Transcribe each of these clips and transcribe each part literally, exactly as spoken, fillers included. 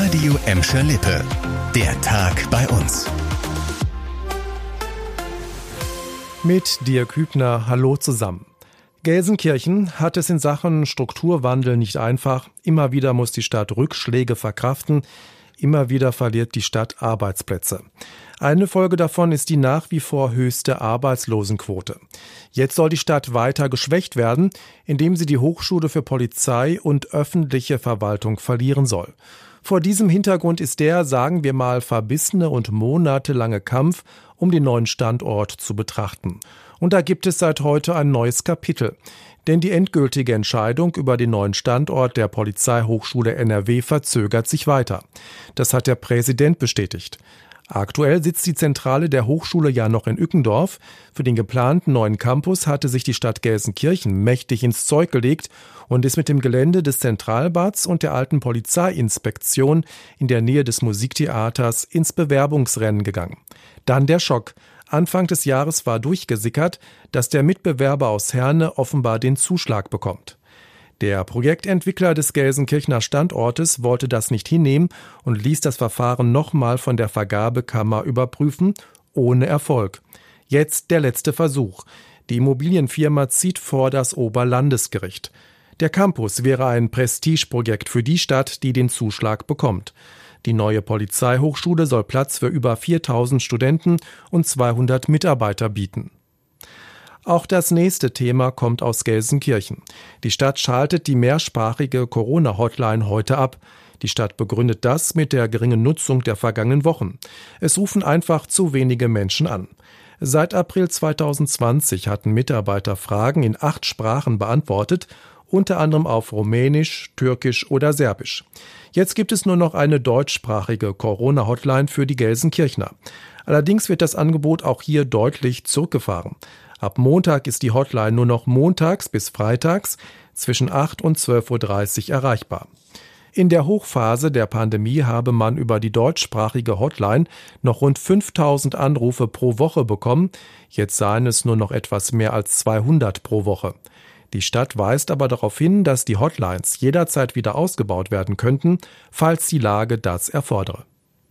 Radio Emscher Lippe. Der Tag bei uns. Mit Dirk Hübner, hallo zusammen. Gelsenkirchen hat es in Sachen Strukturwandel nicht einfach. Immer wieder muss die Stadt Rückschläge verkraften. Immer wieder verliert die Stadt Arbeitsplätze. Eine Folge davon ist die nach wie vor höchste Arbeitslosenquote. Jetzt soll die Stadt weiter geschwächt werden, indem sie die Hochschule für Polizei und öffentliche Verwaltung verlieren soll. Vor diesem Hintergrund ist der, sagen wir mal, verbissene und monatelange Kampf um den neuen Standort zu betrachten. Und da gibt es seit heute ein neues Kapitel. Denn die endgültige Entscheidung über den neuen Standort der Polizeihochschule N R W verzögert sich weiter. Das hat der Präsident bestätigt. Aktuell sitzt die Zentrale der Hochschule ja noch in Ückendorf. Für den geplanten neuen Campus hatte sich die Stadt Gelsenkirchen mächtig ins Zeug gelegt und ist mit dem Gelände des Zentralbads und der alten Polizeiinspektion in der Nähe des Musiktheaters ins Bewerbungsrennen gegangen. Dann der Schock. Anfang des Jahres war durchgesickert, dass der Mitbewerber aus Herne offenbar den Zuschlag bekommt. Der Projektentwickler des Gelsenkirchener Standortes wollte das nicht hinnehmen und ließ das Verfahren nochmal von der Vergabekammer überprüfen, ohne Erfolg. Jetzt der letzte Versuch. Die Immobilienfirma zieht vor das Oberlandesgericht. Der Campus wäre ein Prestigeprojekt für die Stadt, die den Zuschlag bekommt. Die neue Polizeihochschule soll Platz für über viertausend Studenten und zweihundert Mitarbeiter bieten. Auch das nächste Thema kommt aus Gelsenkirchen. Die Stadt schaltet die mehrsprachige Corona-Hotline heute ab. Die Stadt begründet das mit der geringen Nutzung der vergangenen Wochen. Es rufen einfach zu wenige Menschen an. Seit April zweitausendzwanzig hatten Mitarbeiter Fragen in acht Sprachen beantwortet, unter anderem auf Rumänisch, Türkisch oder Serbisch. Jetzt gibt es nur noch eine deutschsprachige Corona-Hotline für die Gelsenkirchner. Allerdings wird das Angebot auch hier deutlich zurückgefahren. Ab Montag ist die Hotline nur noch montags bis freitags zwischen acht und zwölf Uhr dreißig erreichbar. In der Hochphase der Pandemie habe man über die deutschsprachige Hotline noch rund fünftausend Anrufe pro Woche bekommen. Jetzt seien es nur noch etwas mehr als zweihundert pro Woche. Die Stadt weist aber darauf hin, dass die Hotlines jederzeit wieder ausgebaut werden könnten, falls die Lage das erfordere.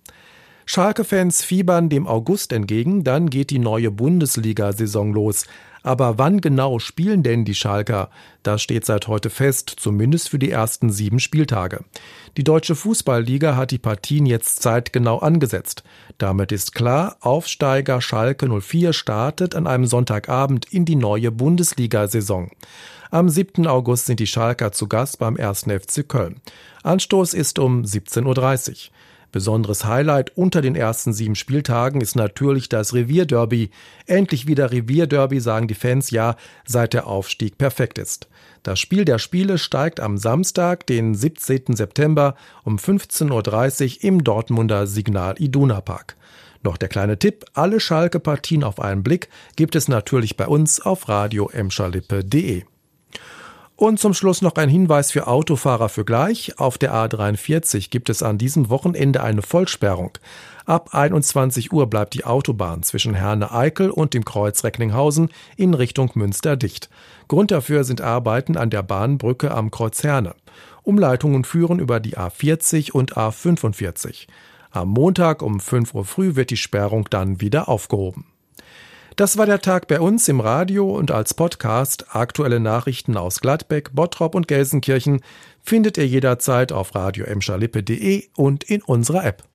Schalke-Fans fiebern dem August entgegen, dann geht die neue Bundesliga-Saison los. Aber wann genau spielen denn die Schalker? Das steht seit heute fest, zumindest für die ersten sieben Spieltage. Die Deutsche Fußballliga hat die Partien jetzt zeitgenau angesetzt. Damit ist klar, Aufsteiger Schalke null vier startet an einem Sonntagabend in die neue Bundesliga-Saison. Am siebten August sind die Schalker zu Gast beim ersten F C Köln. Anstoß ist um siebzehn Uhr dreißig. Besonderes Highlight unter den ersten sieben Spieltagen ist natürlich das Revierderby. Endlich wieder Revierderby, sagen die Fans, ja, seit der Aufstieg perfekt ist. Das Spiel der Spiele steigt am Samstag, den siebzehnten September um fünfzehn Uhr dreißig im Dortmunder Signal Iduna Park. Noch der kleine Tipp, alle Schalke-Partien auf einen Blick gibt es natürlich bei uns auf radio emscher lippe punkt de. Und zum Schluss noch ein Hinweis für Autofahrer für gleich. Auf der A dreiundvierzig gibt es an diesem Wochenende eine Vollsperrung. Ab einundzwanzig Uhr bleibt die Autobahn zwischen Herne-Eickel und dem Kreuz Recklinghausen in Richtung Münster dicht. Grund dafür sind Arbeiten an der Bahnbrücke am Kreuz Herne. Umleitungen führen über die A vierzig und A fünfundvierzig. Am Montag um fünf Uhr früh wird die Sperrung dann wieder aufgehoben. Das war der Tag bei uns im Radio und als Podcast. Aktuelle Nachrichten aus Gladbeck, Bottrop und Gelsenkirchen findet ihr jederzeit auf radio emscher lippe punkt de und in unserer App.